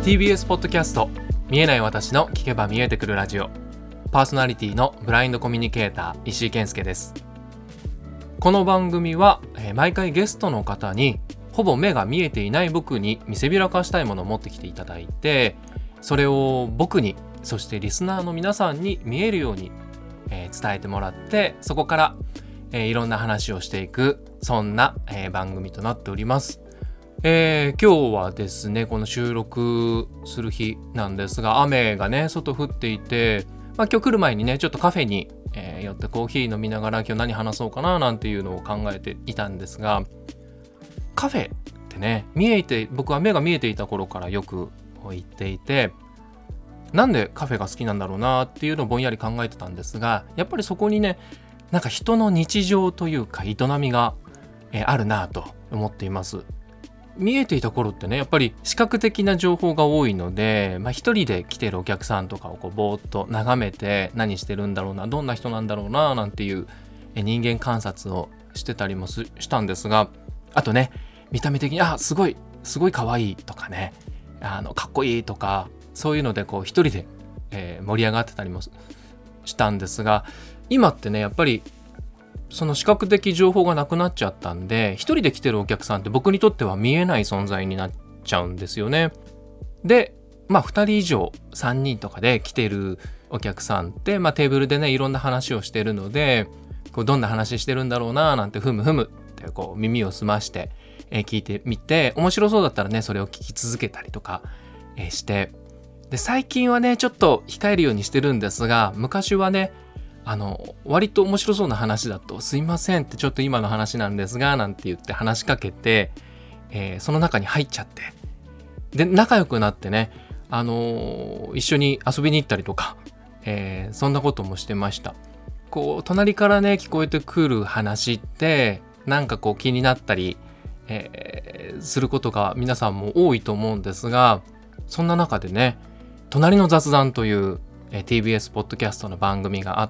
TBS ポッドキャスト見えない私の聞けば見えてくるラジオ、パーソナリティのブラインドコミュニケーター石井健介です。この番組は毎回ゲストの方にほぼ目が見えていない僕に見せびらかしたいものを持ってきていただいて、それを僕にそしてリスナーの皆さんに見えるように伝えてもらって、そこからいろんな話をしていく、そんな番組となっております。今日はですね、この収録する日なんですが、雨がね外降っていて、今日来る前にねちょっとカフェに、寄ってコーヒー飲みながら今日何話そうかななんていうのを考えていたんですが、カフェってね僕は目が見えていた頃からよく行っていて、なんでカフェが好きなんだろうなっていうのをぼんやり考えてたんですが、やっぱりそこにねなんか人の日常というか営みが、あるなと思っています。見えていた頃ってねやっぱり視覚的な情報が多いので、一人で来てるお客さんとかをこうぼーっと眺めて、何してるんだろうな、どんな人なんだろうななんていう人間観察をしてたりもしたんですが、あとね見た目的にすごい可愛いとかね、かっこいいとか、そういうのでこう一人で、盛り上がってたりもしたんですが、今ってねやっぱりその視覚的情報がなくなっちゃったんで、一人で来てるお客さんって僕にとっては見えない存在になっちゃうんですよね。で、2人以上3人とかで来てるお客さんって、テーブルでねいろんな話をしてるので、こうどんな話してるんだろうななんてふむふむってこう耳を澄まして、聞いてみて、面白そうだったらねそれを聞き続けたりとか、して、で最近はねちょっと控えるようにしてるんですが、昔はね割と面白そうな話だと、すいませんってちょっと今の話なんですがなんて言って話しかけて、その中に入っちゃって、で仲良くなってね、一緒に遊びに行ったりとか、そんなこともしてました。こう隣からね聞こえてくる話ってなんかこう気になったり、することが皆さんも多いと思うんですが、そんな中でね隣の雑談というTBS ポッドキャストの番組があって、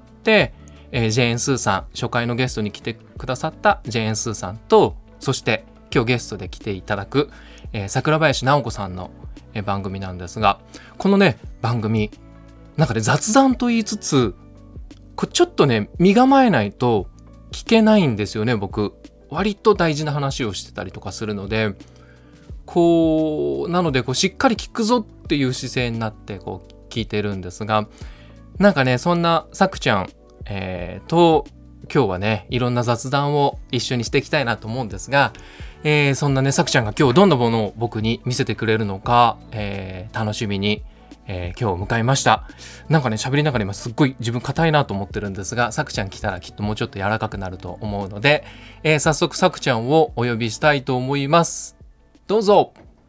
ジェーン・スーさん、初回のゲストに来てくださったジェーン・スーさんと、そして今日ゲストで来ていただく、桜林直子さんの、番組なんですが、このね番組なんかね雑談と言いつつ、ちょっとね身構えないと聞けないんですよね。僕割と大事な話をしてたりとかするので、なのでしっかり聞くぞっていう姿勢になって聞いてるんですが、なんかねそんなさくちゃん、と今日はねいろんな雑談を一緒にしていきたいなと思うんですが、そんなねさくちゃんが今日どんなものを僕に見せてくれるのか、楽しみに、今日を迎えました。なんかね喋りながら今すっごい自分硬いなと思ってるんですが、さくちゃん来たらきっともうちょっと柔らかくなると思うので、早速さくちゃんをお呼びしたいと思います。どうぞ。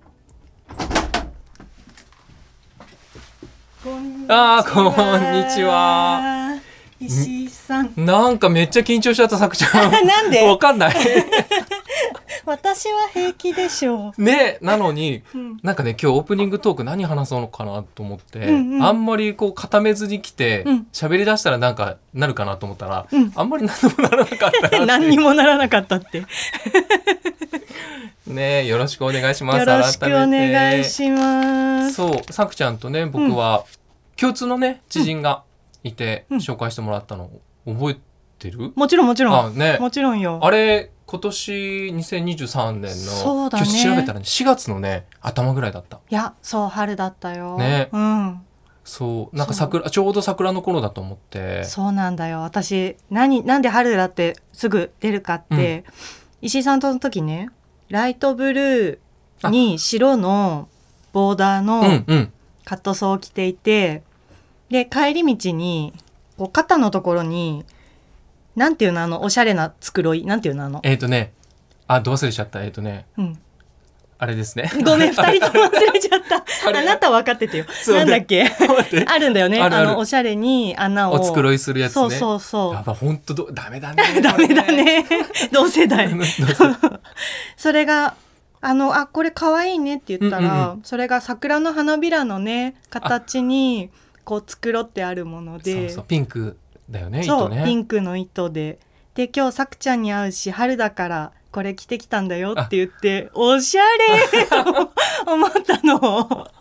こんにちは。 石井さん。 なんかめっちゃ緊張しちゃった、さくちゃん。 なんで？ わかんない。 私は平気でしょう。 ね、なのに、なんかね今日オープニングトーク何話そうのかなと思って、あんまり固めずに来て喋、り出したらなんかなるかなと思ったら、あんまり何にもならなかったな。 何にもならなかったって。 ね、よろしくお願いします。 よろしくお願いします。 そう、さくちゃんとね僕は共通のね知人がいて紹介してもらったの覚えてる？ もちろんもちろん、 ね、 もちろんよ。 あれ今年2023年の、 そうだね、 今日調べたら、ね、4月のね頭ぐらいだった。 いやそう春だったよね、そうなんかちょうど桜の頃だと思って。 そうなんだよ。私なんで春だってすぐ出るかって、石井さんとの時ねライトブルーに白のボーダーのカットソーを着ていて、で帰り道に肩のところになんていうのおしゃれな繕いなんていうのど忘れちゃった。あれですね。 ごめん2人とも忘れちゃったあなた分かっててよ。なんだっけあるんだよね。おしゃれに穴をお繕いするやつね。 そうやっぱ本当ダメだね。 ダメだね。同世代。それがこれかわいいねって言ったら、それが桜の花びらのね形に繕ってあるもので、 そうピンクだよね。 そう、 糸ね、 ピンクの糸で今日さくちゃんに会うし春だからこれ着てきたんだよって言って、おしゃれと思ったの。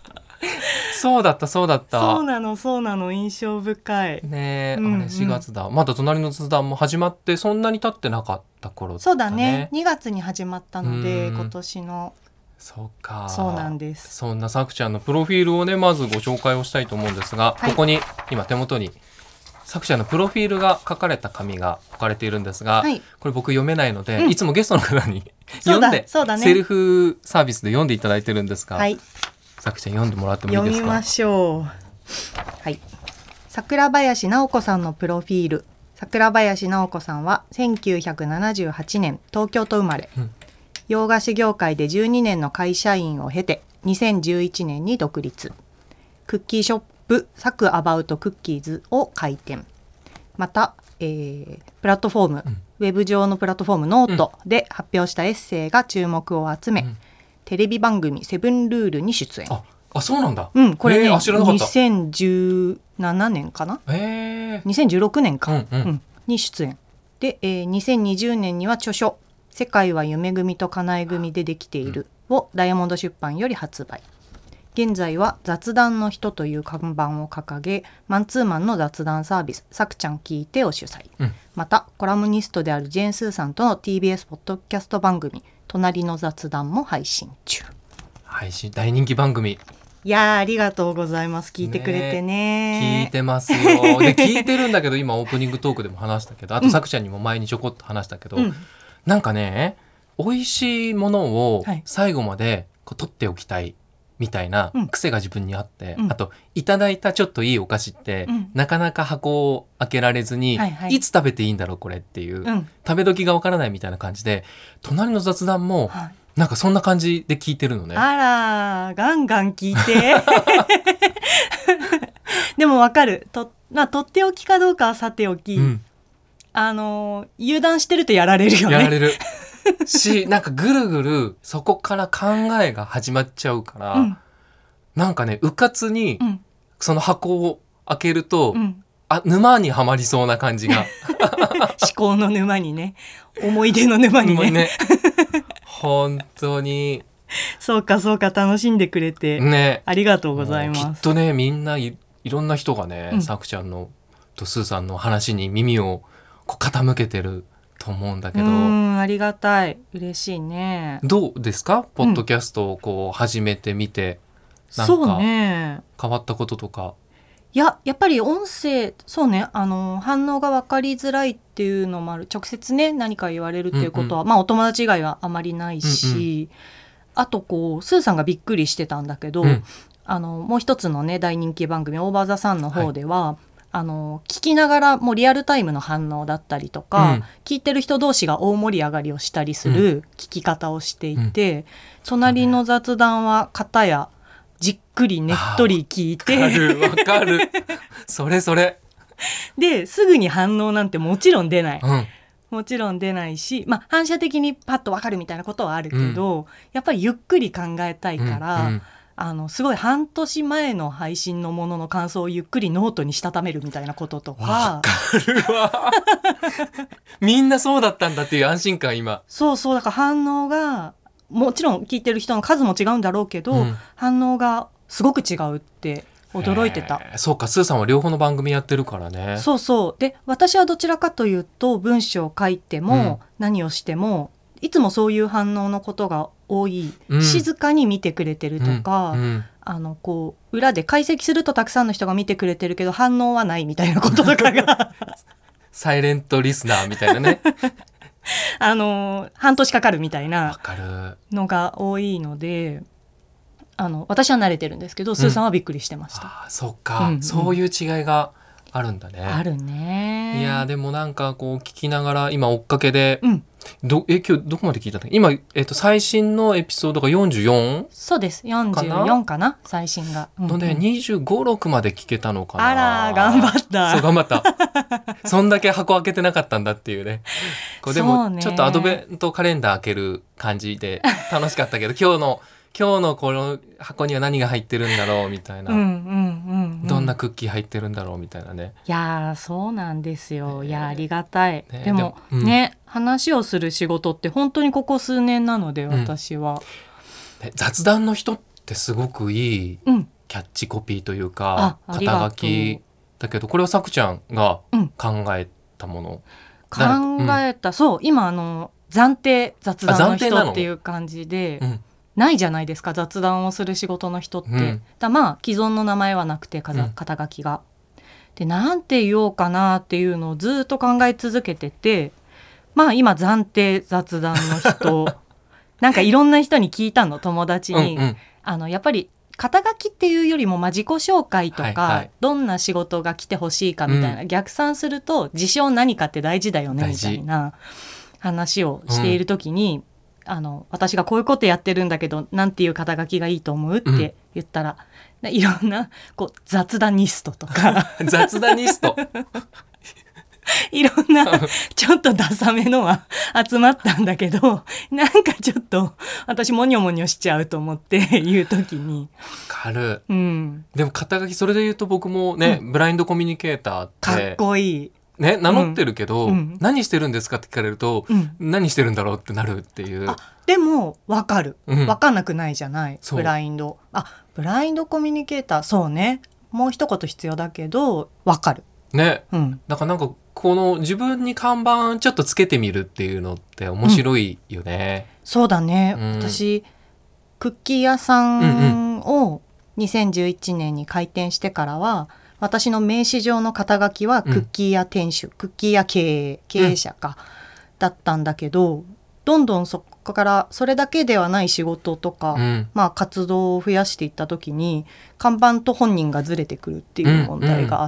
そうだったそうだった。 そうなの印象深い。 ねえ、 うんうんあれ4月だ。まだ隣の雑談も始まってそんなに経ってなかった頃だね。 そうだね、2月に始まったのでうん今年の。 そうか。 そうなんです。 そんなさくちゃんのプロフィールをねまずご紹介をしたいと思うんですが、 はいここに今手元にさくちゃんのプロフィールが書かれた紙が置かれているんですが、 はいこれ僕読めないので、 うんいつもゲストの方にそうだ読んで、 そうだねセルフサービスで読んでいただいてるんですが、 はい、 さくちゃん読んでもらってもいいですか。 読みましょう。はい、桜林直子さんのプロフィール。桜林直子さんは1978年東京都生まれ、 うん洋菓子業界で12年の会社員を経て2011年に独立。クッキーショップサクアバウトクッキーズを開店。また、プラットフォーム、ウェブ上のプラットフォームノートで発表したエッセイが注目を集め、 うんテレビ番組セブンルールに出演。 あ、そうなんだ。 これね、 知らなかった。 2017年かな、2016年か、に出演で、2020年には著書「世界は夢組と叶え組でできている」をダイヤモンド出版より発売。現在は雑談の人という看板を掲げ、マンツーマンの雑談サービスさくちゃん聞いてを主催、またコラムニストであるジェーン・スーさんとの TBS ポッドキャスト番組隣の雑談も配信中。 配信大人気番組。 いやーありがとうございます。聞いてくれてね。 聞いてますよ。で聞いてるんだけど今オープニングトークでも話したけど、あとさくちゃんにも前にちょこっと話したけど、なんかね美味しいものを最後までこう取っておきたいみたいな癖が自分にあって、あといただいたちょっといいお菓子って、なかなか箱を開けられずに、いつ食べていいんだろうこれっていう、食べ時がわからないみたいな感じで、隣の雑談も、なんかそんな感じで聞いてるのね。 あらガンガン聞いてでもわかるとっておきかどうかはさておき、油断してるとやられるよね。 やられるし、なんかぐるぐるそこから考えが始まっちゃうから、なんかねうかつにその箱を開けると、沼にはまりそうな感じが思考の沼にね、思い出の沼にね本当にそうか楽しんでくれて、ね、ありがとうございます。 きっとねみんないろんな人がね、さくちゃんのとスーさんの話に耳をこう傾けてると思うんだけど、 ありがたい、嬉しいね。 どうですかポッドキャストをこう始めてみて、なんか変わったこととか。 やっぱり音声そうね、反応が分かりづらいっていうのもある。直接ね何か言われるっていうことは、お友達以外はあまりないし、あとこうスーさんがびっくりしてたんだけど、もう一つのね大人気番組オーバーザさんの方では、聞きながらもうリアルタイムの反応だったりとか、聞いてる人同士が大盛り上がりをしたりする聞き方をしていて、隣の雑談は片やじっくりねっとり聞いて、 わかるそれですぐに反応なんてもちろん出ない、もちろん出ないし、反射的にパッとわかるみたいなことはあるけど、やっぱりゆっくり考えたいから、すごい半年前の配信のものの感想をゆっくりノートにしたためるみたいなこととか。 わかるわみんなそうだったんだっていう安心感今。 そうだから反応がもちろん聞いてる人の数も違うんだろうけど、反応がすごく違うって驚いてた。 そうか、スーさんは両方の番組やってるからね。 そうで私はどちらかというと文章を書いても、何をしてもいつもそういう反応のことが多い、静かに見てくれてるとか、こう裏で解析するとたくさんの人が見てくれてるけど反応はないみたいなこととかがサイレントリスナーみたいなね半年かかるみたいなのが多いので、私は慣れてるんですけど、スーさんはびっくりしてました。 そっか、そういう違いがあるんだね。 あるね。 いやでもなんかこう聞きながら今追っかけで、今日どこまで聞いたの今、最新のエピソードが 44? そうです44かな最新が、 ので25、6まで聞けたのかな。 あら頑張った。 そう頑張ったそんだけ箱開けてなかったんだっていうね。これでもちょっとアドベントカレンダー開ける感じで楽しかったけど今日のこの箱には何が入ってるんだろうみたいな、どんなクッキー入ってるんだろうみたいなね。 いやそうなんですよ。いやありがたい、でもね、話をする仕事って本当にここ数年なので私は、 雑談の人ってすごくいいキャッチコピーというかありがとう肩書きだけど、これはさくちゃんが考えたもの、 考えた、そう今暫定雑談の暫定なの人っていう感じで、 うんないじゃないですか雑談をする仕事の人って、 うんまあ既存の名前はなくて肩書きが、でなんて言おうかなっていうのをずっと考え続けてて、まあ今暫定雑談の人なんかいろんな人に聞いたの、友達に、 うんうんやっぱり肩書きっていうよりも、まあ、自己紹介とか、 はいはいどんな仕事が来てほしいかみたいな、逆算すると自称何かって大事だよねみ大事たいな話をしている時に、私がこういうことやってるんだけどなんていう肩書きがいいと思うって言ったら、いろんなこう雑談ニストとか雑談ニストいろんなちょっとダサめのは集まったんだけど、なんかちょっと私モニョモニョしちゃうと思って言う時に、 わかる、 うん、 でも肩書きそれで言うと僕もね、ブラインドコミュニケーターってかっこいい、 ね、名乗ってるけど、 うん何してるんですかって聞かれると、何してるんだろうってなるっていう。 あでも分かる、 うん分かんなくないじゃない、 そうブラインドブラインドコミュニケーター、そうね、もう一言必要だけど分かる、 ね、 うん、 だからなんかこの自分に看板ちょっとつけてみるっていうのって面白いよね。 そうだね、 うん私クッキー屋さんを2011年に開店してからは、私の名刺上の肩書きはクッキー屋店主、クッキー屋経営者か、だったんだけど、どんどんそこからそれだけではない仕事とか、まあ、活動を増やしていった時に看板と本人がずれてくるっていう問題があって、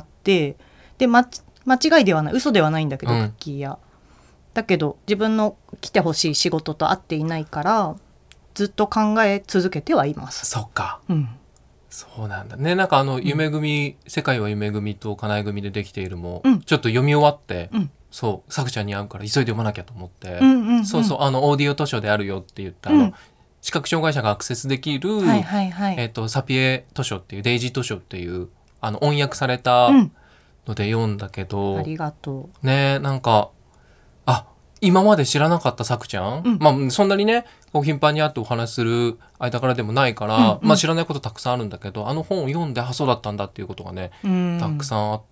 で間違いではない、嘘ではないんだけど、クッキー屋だけど自分の来てほしい仕事と合っていないからずっと考え続けてはいます。 そっか、そうなんだね。なんか夢組、世界は夢組と叶い組でできているも、ちょっと読み終わって、そうさくちゃんに会うから急いで読まなきゃと思って、そうそうオーディオ図書であるよって言った視覚障害者がアクセスできる、サピエ図書っていうデイジー図書っていう翻訳されたので読んだけど、 ありがとうね。なんか今まで知らなかったさくちゃん、まあそんなにねこう頻繁に会ってお話しする間からでもないから、まあ知らないことたくさんあるんだけど、本を読んでそうだったんだっていうことがね、たくさんあって、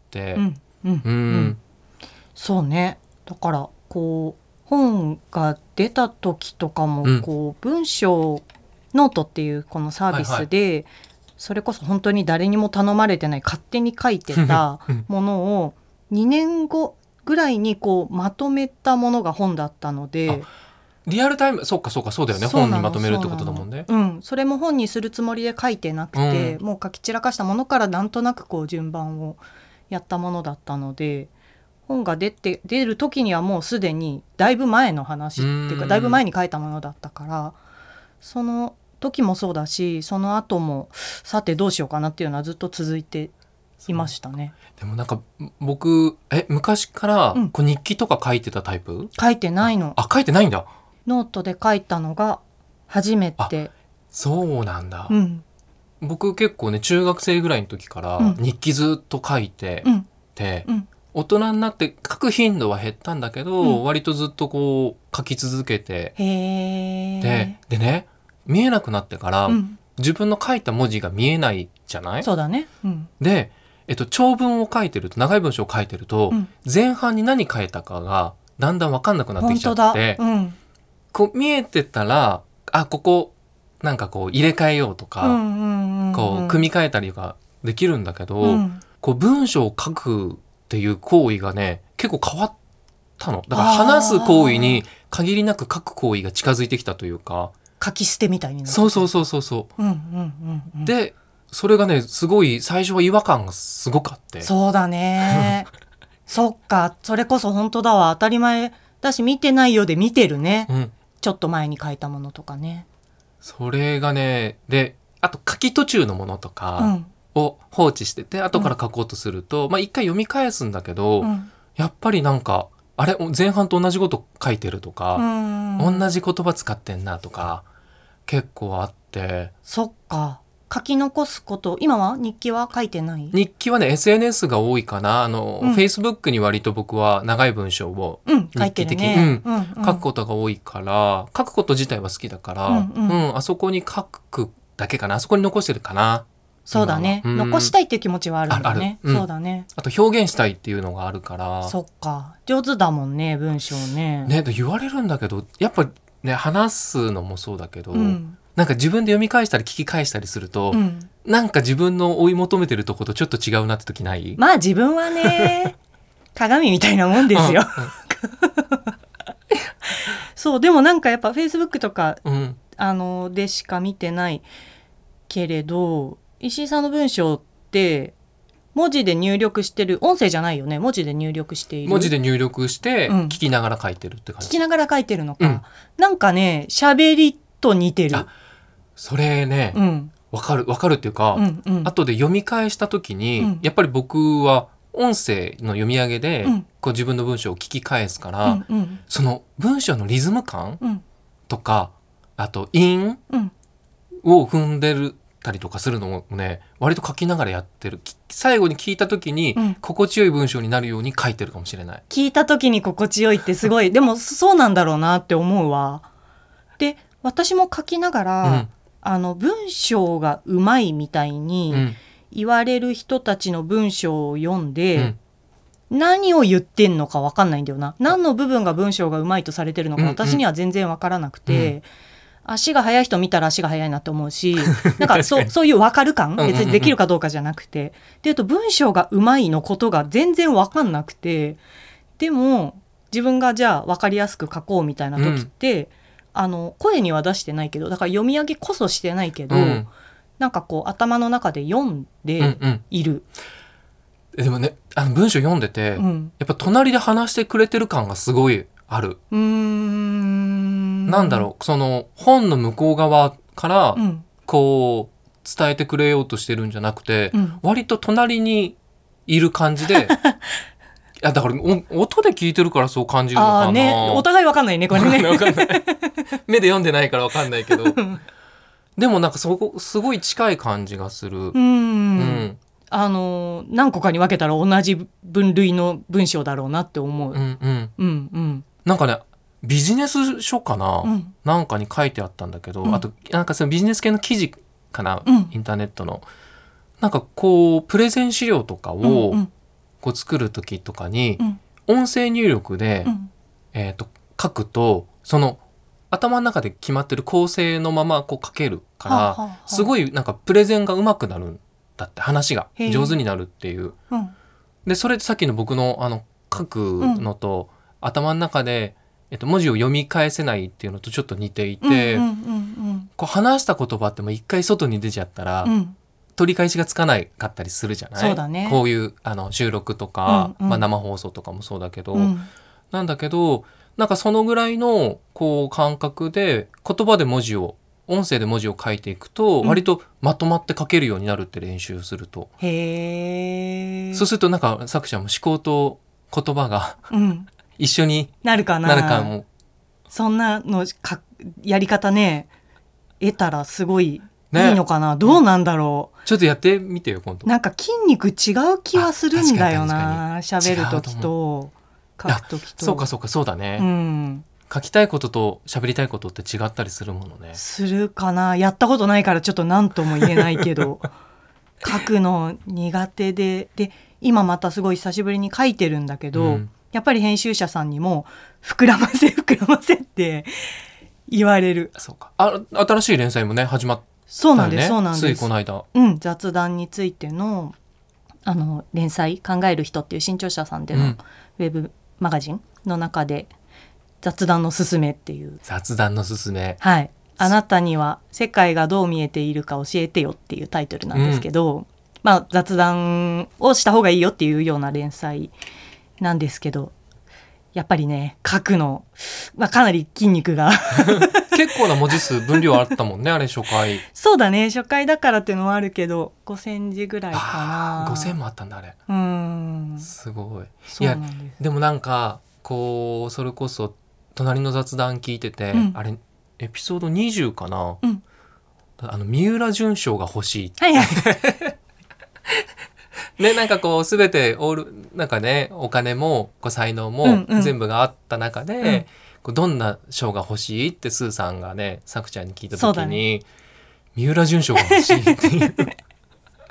そうね。だからこう本が出た時とかもこう、文章ノートっていうこのサービスで、それこそ本当に誰にも頼まれてない勝手に書いてたものを2年後ぐらいにこうまとめたものが本だったので、 リアルタイム、そうかそうだよね、本にまとめるってことだもんね。 それも本にするつもりで書いてなくて、もう書き散らかしたものからなんとなくこう順番をやったものだったので、本が出る時にはもうすでにだいぶ前の話っていうかだいぶ前に書いたものだったから、その時もそうだしその後もさてどうしようかなっていうのはずっと続いていましたね。 でもなんか僕昔からこう日記とか書いてたタイプ？ 書いてないの。 書いてないんだ。 ノートで書いたのが初めて。 そうなんだ、僕結構ね中学生ぐらいの時から日記ずっと書いてて、大人になって書く頻度は減ったんだけど、割とずっとこう書き続けて、でね見えなくなってから、自分の書いた文字が見えないじゃない？ そうだね、 で、長文を書いてると、長い文章を書いてると、前半に何書いたかがだんだん分かんなくなってきちゃって、こう見えてたらここなんかこう入れ替えようとか、こう組み替えたりができるんだけど、こう文章を書くっていう行為がね結構変わったの。だから話す行為に限りなく書く行為が近づいてきたというか、 書き捨てみたいになる。 そう、でそれがねすごい最初は違和感がすごくあって。 そうだねそっか、それこそ本当だわ、当たり前だし見てないようで見てるね、ちょっと前に書いたものとかね。 それがね、であと書き途中のものとかを放置してて、後から書こうとすると、一回読み返すんだけど、やっぱりなんかあれ前半と同じこと書いてるとか、同じ言葉使ってんなとか結構あって。 そっか、書き残すこと、今は日記は書いてない？ 日記はね SNS が多いかな。Facebook に割と僕は長い文章を日記的に書くことが多いから、書くこと自体は好きだから、あそこに書くだけかな、あそこに残してるかな。 そうだね、残したいっていう気持ちはあるんだね。 ある、 そうだね。 あと表現したいっていうのがあるから。 そっか、上手だもんね文章ね。 ね、言われるんだけどやっぱね、話すのもそうだけど、なんか自分で読み返したり聞き返したりすると、なんか自分の追い求めてるとことちょっと違うなって時ない？ まあ自分はね鏡みたいなもんですよ、そうでもなんかやっぱ Facebook とか、でしか見てないけれど、石井さんの文章って文字で入力してる、音声じゃないよね、文字で入力している、 文字で入力して聞きながら書いてるって感じ、 聞きながら書いてるのか、なんかね喋りと似てる。 それね、わかるっていうか、後で読み返した時に、やっぱり僕は音声の読み上げで、こう自分の文章を聞き返すから、その文章のリズム感、とかあと韻、を踏んでるたりとかするのもね、割と書きながらやってる。最後に聞いた時に、心地よい文章になるように書いてるかもしれない。 聞いた時に心地よいってすごいでもそうなんだろうなって思うわ。で私も書きながら、文章がうまいみたいに言われる人たちの文章を読んで、何を言ってんのか分かんないんだよな。何の部分が文章がうまいとされてるのか私には全然分からなくて、足が速い人見たら足が速いなって思うし、なんかそういう分かる感、別にできるかどうかじゃなくて、でいうと文章がうまいのことが全然分かんなくて、でも自分がじゃあ分かりやすく書こうみたいな時って、声には出してないけど、だから読み上げこそしてないけど、なんかこう頭の中で読んでいる。 でもね、文章読んでて、やっぱ隣で話してくれてる感がすごいある。なんだろう、その本の向こう側からこう伝えてくれようとしてるんじゃなくて、割と隣にいる感じでだから音で聞いてるからそう感じるのかな。 お互い分かんないねこれね分かんない目で読んでないから分かんないけどでもなんかすごい近い感じがする。 何個かに分けたら同じ分類の文章だろうなって思う。 なんかね、ビジネス書かな、なんかに書いてあったんだけど、あとなんかそのビジネス系の記事かな、インターネットのなんかこうプレゼン資料とかをこう作る時とかに、音声入力で、書くとその頭の中で決まってる構成のままこう書けるから、すごいなんかプレゼンが上手くなるんだって、話が上手になるっていう。でそれってさっきの僕の書くのと、頭の中で文字を読み返せないっていうのとちょっと似ていて、こう話した言葉っても一回外に出ちゃったら、取り返しがつかないかったりするじゃない。 そうだね、 こういう収録とか、生放送とかもそうだけど、なんだけどなんかそのぐらいのこう感覚で言葉で文字を、音声で文字を書いていくと、割とまとまって書けるようになるって、練習すると。そうするとなんか作者も思考と言葉が一緒になるかも。そんなのやり方ね得たらすごいいいのかな、どうなんだろう。 ちょっとやってみてよ今度。 なんか筋肉違う気はするんだよな、喋る時と書く時と。 そうだね、書きたいことと喋りたいことって違ったりするものね。 するかな、やったことないからちょっと何とも言えないけど書くの苦手で今またすごい久しぶりに書いてるんだけど、やっぱり編集者さんにも膨らませって言われる。 そうか、新しい連載もね始まったよね。 そうなんですついこの間、 雑談についての連載考える人っていう新潮社さんでのウェブマガジンの中で、雑談のすすめっていう、 雑談のすすめ、 はい、あなたには世界がどう見えているか教えてよっていうタイトルなんですけど、雑談をした方がいいよっていうような連載なんですけど、やっぱりね書くの、かなり筋肉が結構な文字数分量あったもんねあれ初回。 そうだね、初回だからっていうのはあるけど5000字ぐらいかな。 5000もあったんだあれ。すごい。 そうなんです。 でもなんかこうそれこそ隣の雑談聞いてて、あれエピソード20かな、三浦淳賞が欲しいって、ね、なんかこう全てなんかね、お金もこう才能も全部があった中で、こうどんな賞が欲しいってスーさんがね、さくちゃんに聞いた時に、三浦淳賞が欲しいっていう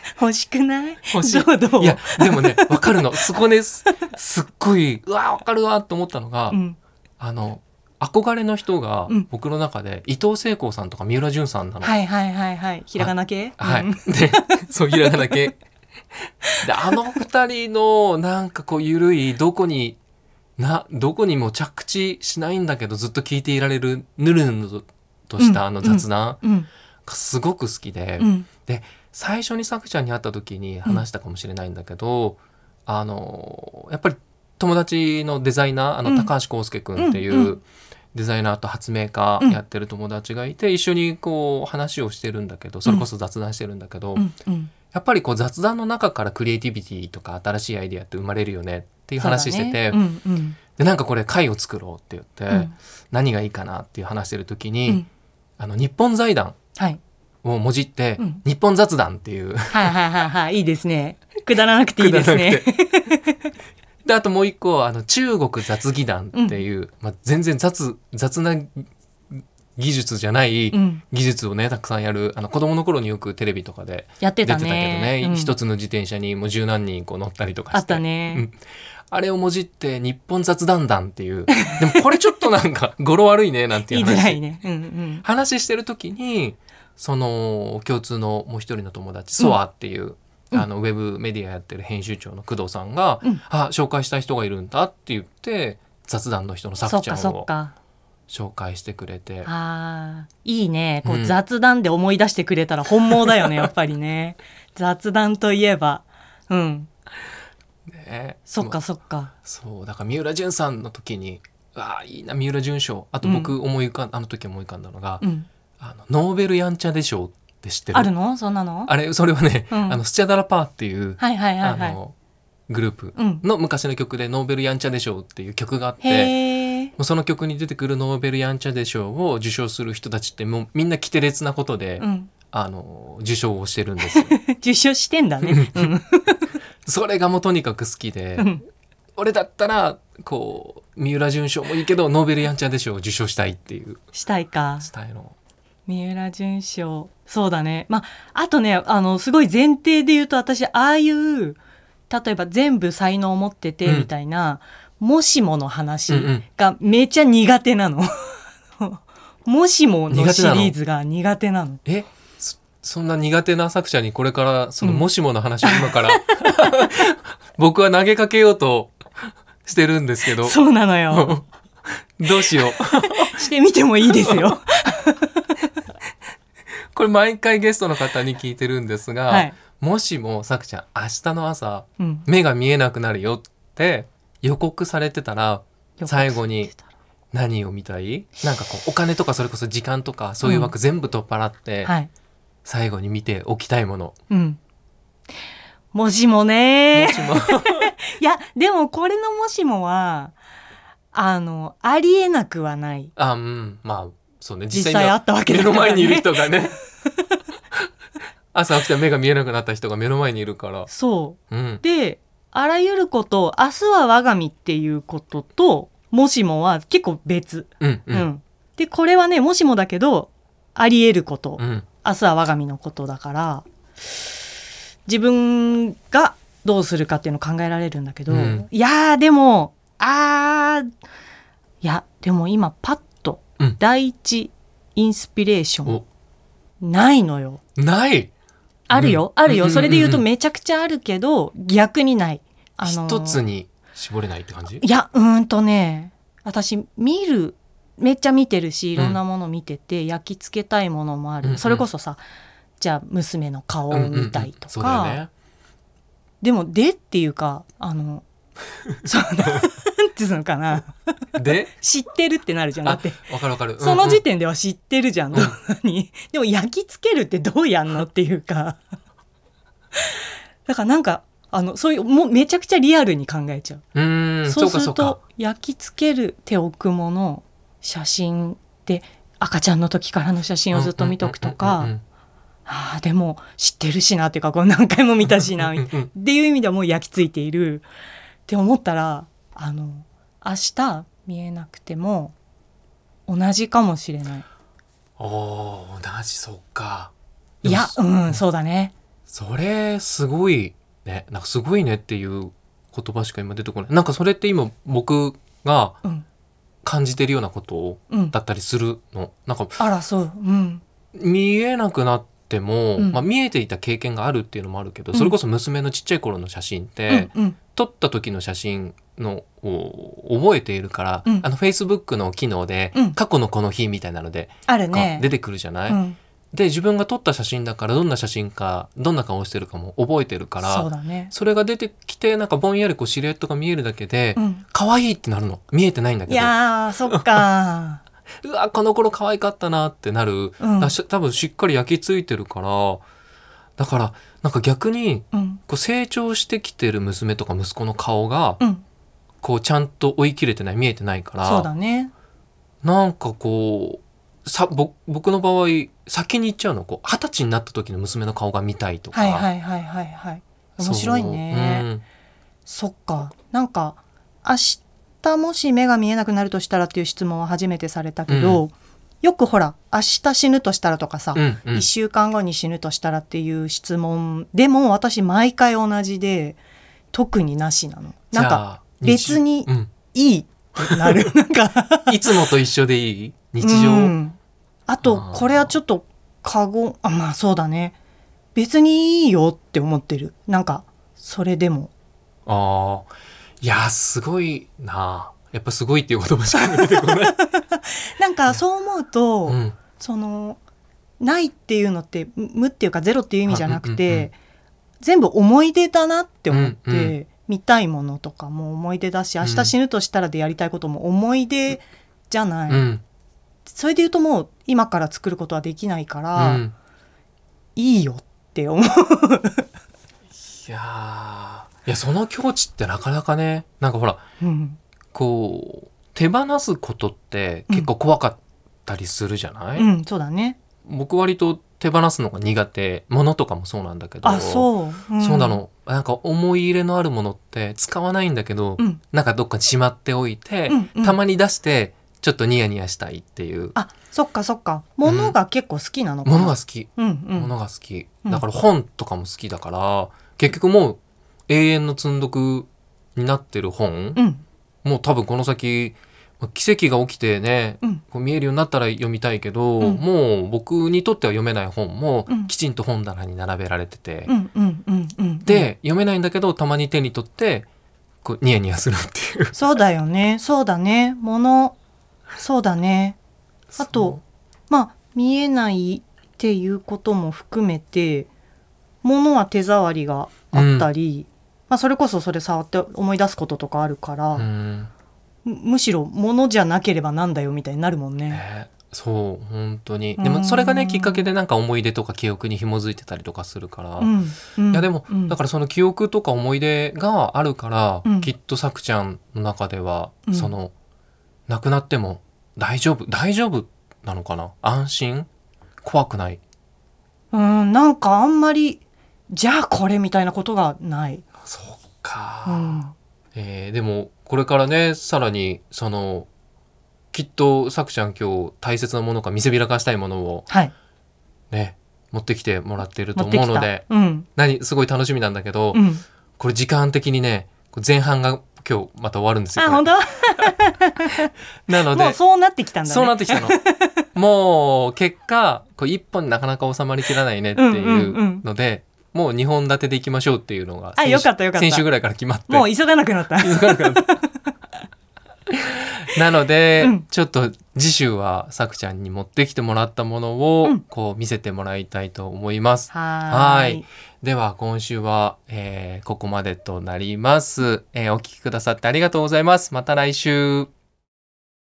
欲しくない？ 欲しい。 どういやでもね分かるの。そこですっごいうわ分かるわと思ったのが、 うん、 憧れの人がうん僕の中で伊藤聖子さんとか三浦淳さんなの。 はいはいはいはい。ひらがな系？ はい、 うんでそうひらがな系で二人のなんかこうゆるいどこにも着地しないんだけどずっと聞いていられるぬるぬるとした雑談うんがすごく好きで、 うん最初にさくちゃんに会った時に話したかもしれないんだけど、やっぱり友達のデザイナー高橋康介くんっていう、デザイナーと発明家やってる友達がいて、一緒にこう話をしてるんだけど、それこそ雑談してるんだけど、やっぱりこう雑談の中からクリエイティビティとか新しいアイデアって生まれるよねっていう話してて、でなんかこれ会を作ろうって言って、何がいいかなっていう話してる時に、日本財団をもじって、日本雑談っていうはいはいはいはいいいですね。くだらなくていいですね。 であともう一個中国雑技団っていう、全然雑な技術じゃない技術をねたくさんやる子供の頃によくテレビとかでやってた出てたけどね、 ね。 一つの自転車にもう十何人こう乗ったりとかしてあったね。 あれをもじって日本雑談団っていうでもこれちょっとなんか語呂悪いねなんていう言いづらいね。 話してる時にその共通のもう一人の友達、ソアっていうウェブメディアやってる編集長の工藤さんが、紹介したい人がいるんだって言って雑談の人のさくちゃんを紹介してくれて、 いいね。こう雑談で思い出してくれたら本望だよねやっぱりね。雑談といえばね、 そっかそっか。 そうだから三浦淳さんの時にいいな三浦淳賞。あと僕あの時思い浮かんだのが、ノーベルやんちゃで賞って知ってる？ あるの？そんなの？ それはね、スチャダラパーっていう、グループの昔の曲でノーベルやんちゃで賞っていう曲があって、もうその曲に出てくるノーベルやんちゃで賞を受賞する人たちってもうみんな奇て烈なことで、受賞をしてるんですよ。 受賞してんだね。 それがもうとにかく好きで、俺だったらこう三浦淳賞もいいけどノーベルやんちゃで賞を受賞したいっていうしたいかスタイルの三浦淳賞。そうだね。あとねすごい前提で言うと私あいう例えば全部才能を持っててみたいな、もしもの話がめちゃ苦手なの。もしものシリーズが苦手なの。 そんな苦手な作者にこれからそのもしもの話を今から、僕は投げかけようとしてるんですけど。 そうなのよ。 どうしよう。してみてもいいですよ。 これ毎回ゲストの方に聞いてるんですが、もしもさくちゃん明日の朝、目が見えなくなるよって予告されてたら最後に何を見たい？なんかこうお金とかそれこそ時間とかそういう枠全部取っ払って、最後に見ておきたいもの。 もしもね。いやでもこれのもしもはありえなくはない。 そうね、 実際あったわけだからね。 目の前にいる人がね。朝起きたら目が見えなくなった人が目の前にいるから。 そう。であらゆること明日は我が身っていうことともしもは結構別。でこれはねもしもだけどあり得ること。明日は我が身のことだから自分がどうするかっていうのを考えられるんだけど、いやでも今パッと第一インスピレーションないのよ。 ないあるよ、それで言うとめちゃくちゃあるけど逆にない。 一つに絞れないって感じ？ いや私めっちゃ見てるしいろんなもの見てて、焼き付けたいものもある、それこそさじゃあ娘の顔を見たいとか、 そうだよね。 でもっていうかなんていうのかなで知ってるってなるじゃん。だってわかる、 その時点では知ってるじゃん、でも焼き付けるってどうやんのっていうかだからなんかそういうもうめちゃくちゃリアルに考えちゃう。そうすると焼き付ける手置くもの写真で赤ちゃんの時からの写真をずっと見とくとか、でも知ってるしなっていうかこう何回も見たしなっていう意味ではもう焼き付いているって思ったら明日見えなくても同じかもしれない。 同じ。そっか。 いやそうだね。 それすごいね。なんかすごいねっていう言葉しか今出てこない。なんかそれって今僕がうん感じてるようなことうんだったりするの。なんかあらそううん見えなくなっても、 うんまあ、見えていた経験があるっていうのもあるけど、 うんそれこそ娘のちっちゃい頃の写真っうて、 んうん撮った時の写真のを覚えているから、 うん Facebook の機能で、 うん過去のこの日みたいなので、 あるね出てくるじゃない、 うんで自分が撮った写真だからどんな写真かどんな顔してるかも覚えてるから、 そうだねそれが出てきてなんかぼんやりこうシルエットが見えるだけで、 うん可愛いってなるの。見えてないんだいけど、 やーそっかうわこの頃可愛かったなってなる、 うん多分しっかり焼き付いてるから、だからなんか逆にうんこう成長してきてる娘とか息子の顔がうんこうちゃんと追い切れてない、見えてないから、 そうだねなんかこう僕の場合先に行っちゃうの。こう20歳になった時の娘の顔が見たいとか、 はいはいはいはいはい面白いね、 そう、 そっかなんか明日もし目が見えなくなるとしたらっていう質問は初めてされたけど、よくほら明日死ぬとしたらとかさ、 うんうん 1週間後に死ぬとしたらっていう質問でも私毎回同じで特になしなの。なんかじゃあ別にうんいいってなるなんかいつもと一緒でいい日常、 うんあとこれはちょっとまあそうだね別にいいよって思ってる。なんかそれでもああいやすごいな。やっぱすごいっていう言葉しか出てこない、 なんかそう思うと、 うんそのないっていうのって無っていうかゼロっていう意味じゃなくて、 うんうんうん全部思い出だなって思って、 うんうん見たいものとかも思い出だし明日死ぬとしたらでやりたいことも思い出じゃない、 うんそれで言うともう今から作ることはできないかうら、 ん、 いいよって思ういやその境地ってなかなかね、なんかほらうんこう手放すことって結構怖かったりするじゃない、 うんそうだね僕割と手放すのが苦手、物とかもそうなんだけど、 あそう、 そうなの。なんか思い入れのあるものって使わないんだけど、 うんなんかどっかにしまっておいて、 うんうんたまに出してちょっとニヤニヤしたいっていう。 あそっかそっか物が結構好きなのかな、 物が好き、 うんうん物が好きうんだから本とかも好きだから、結局もう永遠の積んどくになってる本、 うんもう多分この先奇跡が起きてね、 うんこう見えるようになったら読みたいけど、 うんもう僕にとっては読めない本もうんきちんと本棚に並べられてて、 うんうんうんうんで読めないんだけどたまに手に取ってこうニヤニヤするっていう。 そうだよねそうだねそうだねあとまあ見えないっていうことも含めて物は手触りがあったり、まあ、それこそそれ触って思い出すこととかあるから、 うんむしろ物じゃなければなんだよみたいになるもんね。 ね、そう本当に。でもそれがねきっかけでなんか思い出とか記憶に紐づいてたりとかするから、 うんうんいやでも、 うんだからその記憶とか思い出があるから、 うんきっとさくちゃんの中では、 うんその亡くなっても大丈夫なのかな、安心、怖くない。 なんかあんまりじゃあこれみたいなことがない。 そうか、 うんでもこれからねさらにそのきっとさくちゃん今日大切なものか見せびらかしたいものをはいね持ってきてもらっていると持ってきた。 思うので、 うんすごい楽しみなんだけど、 うん、 これ時間的にね前半が今日また終わるんですよ。 あ本当なのでもうそうなってきたんだね。 そうなってきたの。もう結果こう一本なかなか収まりきらないねっていうので、もう2本立てでいきましょうっていうのがよかったよかった先週ぐらいから決まって、 もう急がなくなった。 急がなくなったなので、 うんちょっと次週はさくちゃんに持ってきてもらったものをうんこう見せてもらいたいと思います。 はーい。 では今週は、ここまでとなります、お聞きくださってありがとうございます。また来週。